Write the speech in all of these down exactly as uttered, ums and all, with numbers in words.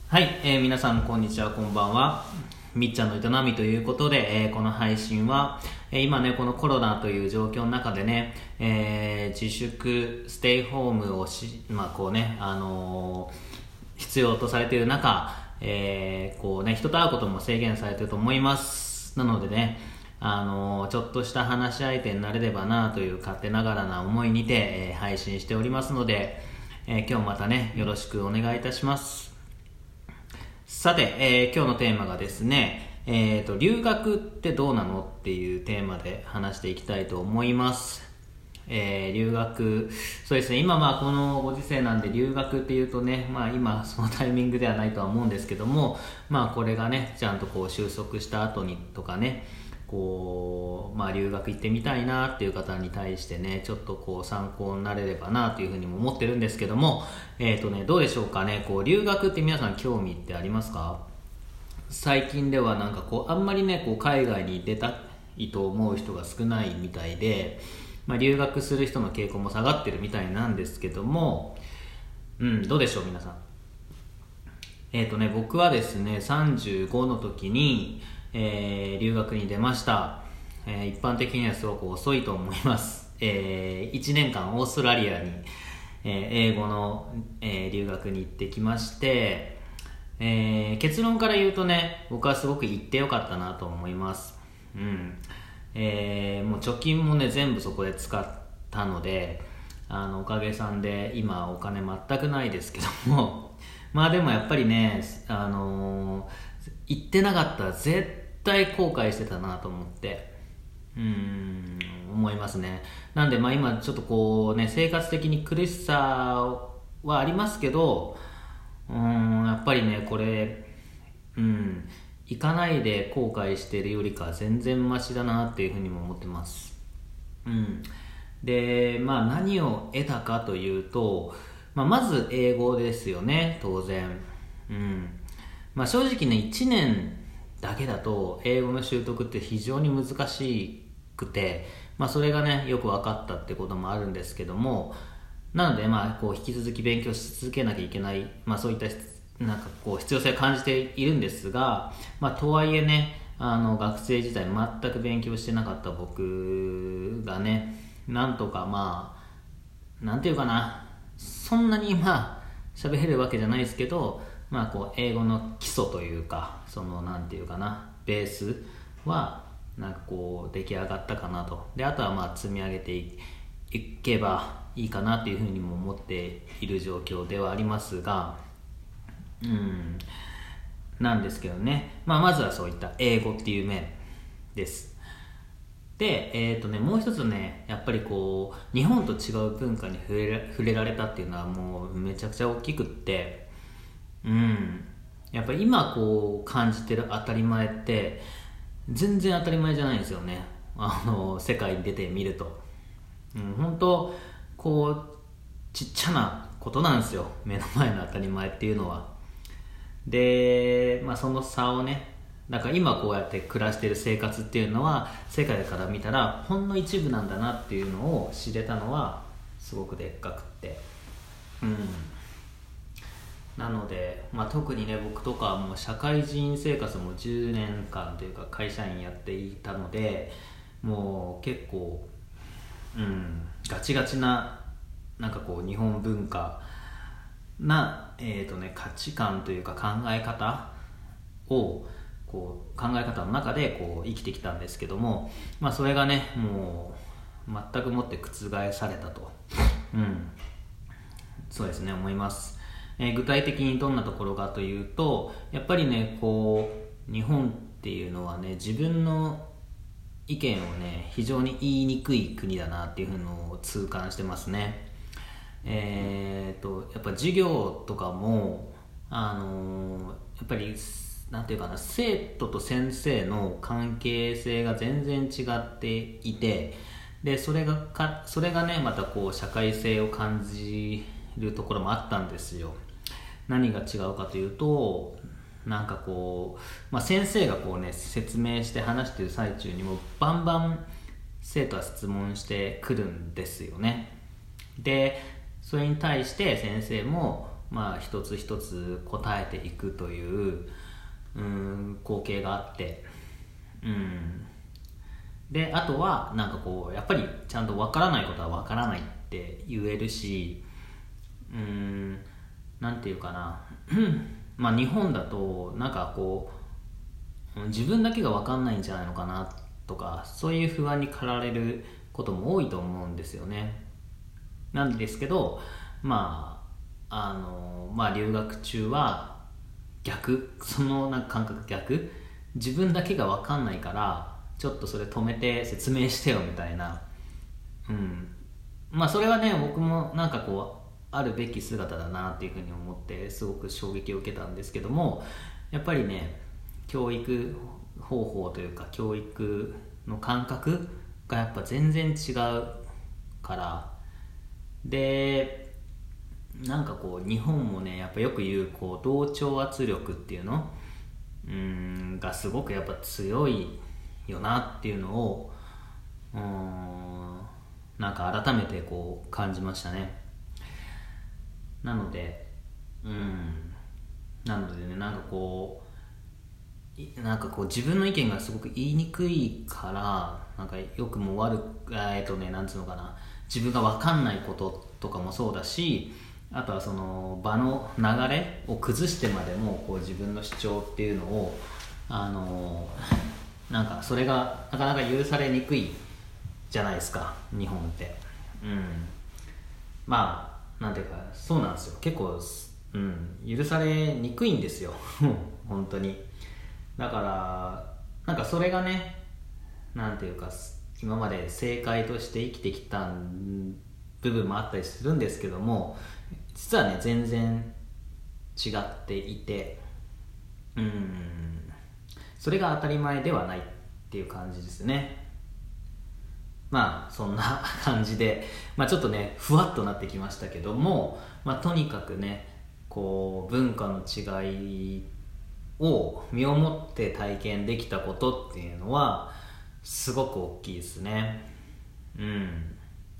はい、えー、皆さんこんにちは、こんばんは。みっちゃんの営みということで、えー、この配信は、えー、今ねこのコロナという状況の中でね、えー、自粛ステイホームをし、まあこうね、あのー、必要とされている中、えー、こうね人と会うことも制限されていると思います。なのでね、あのー、ちょっとした話し相手になれればなという勝手ながらな思いにて、えー、配信しておりますので、えー、今日またねよろしくお願いいたします。さて、えー、今日のテーマがですね、えーと、留学ってどうなのっていうテーマで話していきたいと思います。えー、留学、そうですね、今まあこのご時世なんで留学っていうとね、まあ今そのタイミングではないとは思うんですけども、まあこれがね、ちゃんとこう収束した後にとかね、こう、まあ留学行ってみたいなっていう方に対してね、ちょっとこう参考になれればなというふうにも思ってるんですけども、えーとね、どうでしょうかね、こう留学って皆さん興味ってありますか？最近ではなんかこうあんまりねこう海外に出たいと思う人が少ないみたいで、まあ、留学する人の傾向も下がってるみたいなんですけども、うんどうでしょう皆さん。えーとね僕はですねさんじゅうごの時に、えー、留学に出ました。えー、一般的にはすごく遅いと思います。えー、いちねんかんオーストラリアに、えー、英語の、えー、留学に行ってきまして、えー、結論から言うとね僕はすごく行ってよかったなと思います。うんえー、もう貯金もね全部そこで使ったので、あのおかげさんで今お金全くないですけどもまあでもやっぱりね、あのー、行ってなかったら絶対後悔してたなと思ってうーん思いますね。なんでまあ今ちょっとこうね生活的に苦しさはありますけど、うーんやっぱりねこれうん行かないで後悔してるよりかは全然マシだなっていうふうにも思ってます。うんでまあ何を得たかというと、まあ、まず英語ですよね当然。うんまあ正直ねいちねんだけだと英語の習得って非常に難しくて、まあそれがねよく分かったってこともあるんですけども、なのでまあこう引き続き勉強し続けなきゃいけない、まあ、そういったなんかこう必要性を感じているんですが、まあ、とはいえねあの学生時代全く勉強してなかった僕がねなんとかまあなんていうかな、そんなにまあ喋れるわけじゃないですけど、まあこう英語の基礎というかそのなんていうかなベースはなんかこう出来上がったかなと。であとはまあ積み上げていけばいいかなというふうにも思っている状況ではありますが、うんなんですけどね、まあ、まずはそういった英語っていう面です。で、えーとね、もう一つねやっぱりこう日本と違う文化に触れら触れられたっていうのはもうめちゃくちゃ大きくって、うんやっぱり今こう感じてる当たり前って全然当たり前じゃないんですよね。あの世界に出てみると、うん、本当こうちっちゃなことなんですよ目の前の当たり前っていうのは。で、まあ、その差をねなんか今こうやって暮らしている生活っていうのは世界から見たらほんの一部なんだなっていうのを知れたのはすごくでっかくって、うんなので、まあ、特にね僕とかはもう社会人生活もじゅうねんかんというか会社員やっていたので、もう結構、うん、ガチガチななんかこう日本文化な、えーとね、価値観というか考え方をこう考え方の中でこう生きてきたんですけども、まあ、それがねもう全くもって覆されたと、うん、そうですね思います。えー、具体的にどんなところかというと、やっぱりねこう日本っていうのはね自分の意見をね非常に言いにくい国だなっていうのを痛感してますね。えー、とやっぱ授業とかも、あのー、やっぱりなんていうかな生徒と先生の関係性が全然違っていて、でそれがかそれがねまたこう社会性を感じるところもあったんですよ。何が違うかというと、なんかこう、まあ、先生がこうね説明して話している最中にもバンバン生徒は質問してくるんですよね。でそれに対して先生もまあ一つ一つ答えていくといううん光景があって、うんであとはなんかこうやっぱりちゃんと分からないことは分からないって言えるし、うーんなんていうかなまあ日本だとなんかこう自分だけが分かんないんじゃないのかなとか、そういう不安に駆られることも多いと思うんですよね。なんですけどまああのまあ留学中は逆、そのなんか感覚逆、自分だけが分かんないからちょっとそれ止めて説明してよみたいな、うんまあそれはね僕もなんかこうあるべき姿だなっていうふうに思ってすごく衝撃を受けたんですけども、やっぱりね教育方法というか教育の感覚がやっぱ全然違うからで、なんかこう日本もねやっぱよく言うこう同調圧力っていうのうーんがすごくやっぱ強いよなっていうのをうーんなんか改めてこう感じましたね。なのでうんなのでねなんかこうなんかこう自分の意見がすごく言いにくいからなんか良くも悪くえっとねなんつうのかな、自分が分かんないこととかもそうだし、あとはその場の流れを崩してまでもこう自分の主張っていうのをあのなんかそれがなかなか許されにくいじゃないですか日本って。うんまあなんていうかそうなんですよ、結構、うん、許されにくいんですよ本当に。だからなんかそれがねなんていうか今まで正解として生きてきた部分もあったりするんですけども、実はね全然違っていて、うんそれが当たり前ではないっていう感じですね。まあそんな感じで、まあ、ちょっとねふわっとなってきましたけども、まあ、とにかくねこう文化の違いを身をもって体験できたことっていうのはすごく大きいですね。うん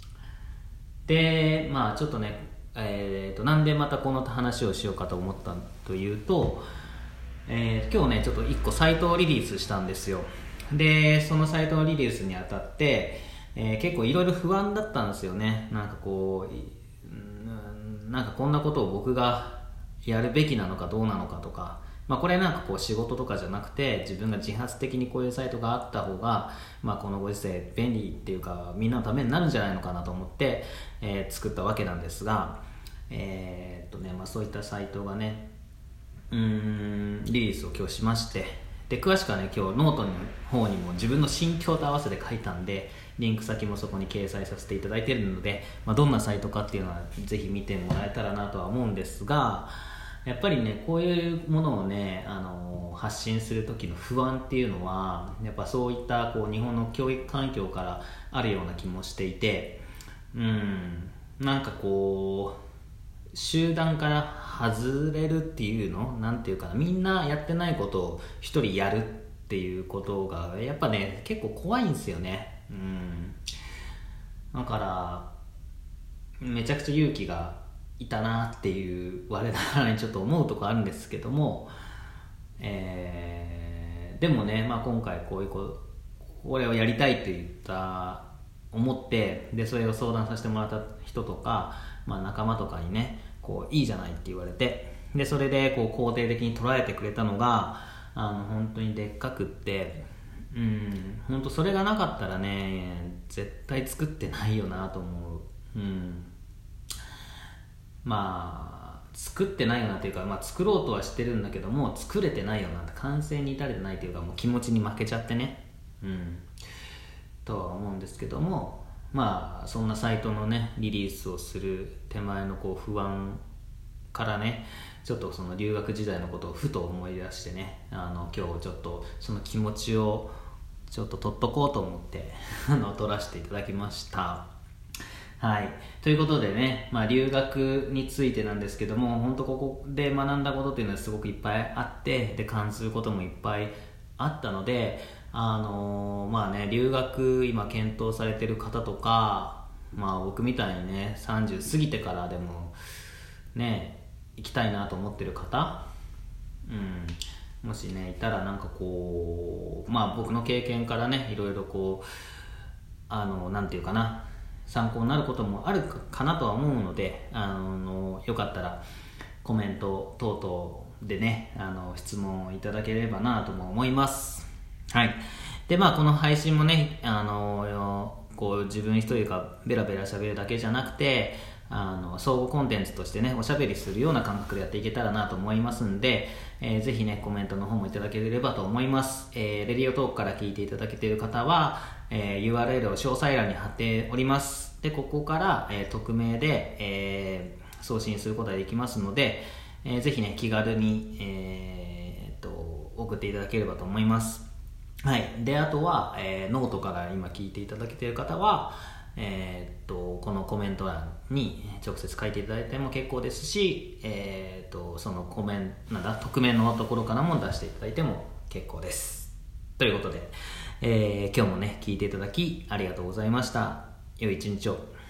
でまあちょっとね、えー、となんでまたこの話をしようかと思ったというと、えー、今日ねちょっといっこサイトをリリースしたんですよ。でそのサイトのリリースにあたって、えー、結構いろいろ不安だったんですよね。なんかこうなんかこんなことを僕がやるべきなのかどうなのかとか、まあ、これなんかこう仕事とかじゃなくて自分が自発的にこういうサイトがあった方が、まあ、このご時世便利っていうかみんなのためになるんじゃないのかなと思って、えー、作ったわけなんですが、えーっとねまあ、そういったサイトがねうーんリリースを今日しまして、で詳しくはね今日ノートの方にも自分の心境と合わせて書いたんでリンク先もそこに掲載させていただいているので、まあ、どんなサイトかっていうのはぜひ見てもらえたらなとは思うんですが、やっぱりねこういうものをね、あの発信する時の不安っていうのはやっぱそういったこう日本の教育環境からあるような気もしていて、うんなんかこう集団から外れるっていうのなんていうかな、みんなやってないことを一人やるっていうことがやっぱね結構怖いんですよね。うんだからめちゃくちゃ勇気がいたなっていう我ながらにちょっと思うとこあるんですけども、えー、でもね、まあ、今回こういうここれをやりたいと言った思ってでそれを相談させてもらった人とか、まあ、仲間とかにねこういいじゃないって言われて、でそれでこう肯定的に捉えてくれたのがあの本当にでっかくって、うん本当それがなかったらね絶対作ってないよなと思う。うんまあ作ってないよなというか、まあ、作ろうとはしてるんだけども作れてないよなって完成に至れてないというかもう気持ちに負けちゃってね、うんとは思うんですけども、まあそんなサイトのねリリースをする手前のこう不安からねちょっとその留学時代のことをふと思い出してね、あの今日ちょっとその気持ちをちょっと取っとこうと思ってあの取らせていただきました。はい、ということでね、まあ、留学についてなんですけども本当ここで学んだことっていうのはすごくいっぱいあってで感じることもいっぱいあったので、あのー、まあね留学今検討されてる方とか、まあ、僕みたいにねさんじゅう過ぎてからでもね行きたいなと思ってる方、うん、もしねいたら、なんかこうまあ僕の経験からねいろいろこうあのなんていうかな参考になることもあるかなとは思うので、あのよかったらコメント等々でねあの質問いただければなとも思います。はい。でまあこの配信もねあのこう自分一人がベラベラ喋るだけじゃなくて、あの総合コンテンツとしてねおしゃべりするような感覚でやっていけたらなと思いますんで、えー、ぜひねコメントの方もいただければと思います。えー、レディオトークから聞いていただけている方は、えー、ユーアールエル を詳細欄に貼っております。でここから、えー、匿名で、えー、送信することができますので、えー、ぜひね気軽に、えー、っと送っていただければと思います。はい。であとは、えー、ノートから今聞いていただけている方は、えー、っとこのコメント欄に直接書いていただいても結構ですし、えー、っとそのコメントなんだ匿名のところからも出していただいても結構です。ということで、えー、今日もね聞いていただきありがとうございました。良い一日を。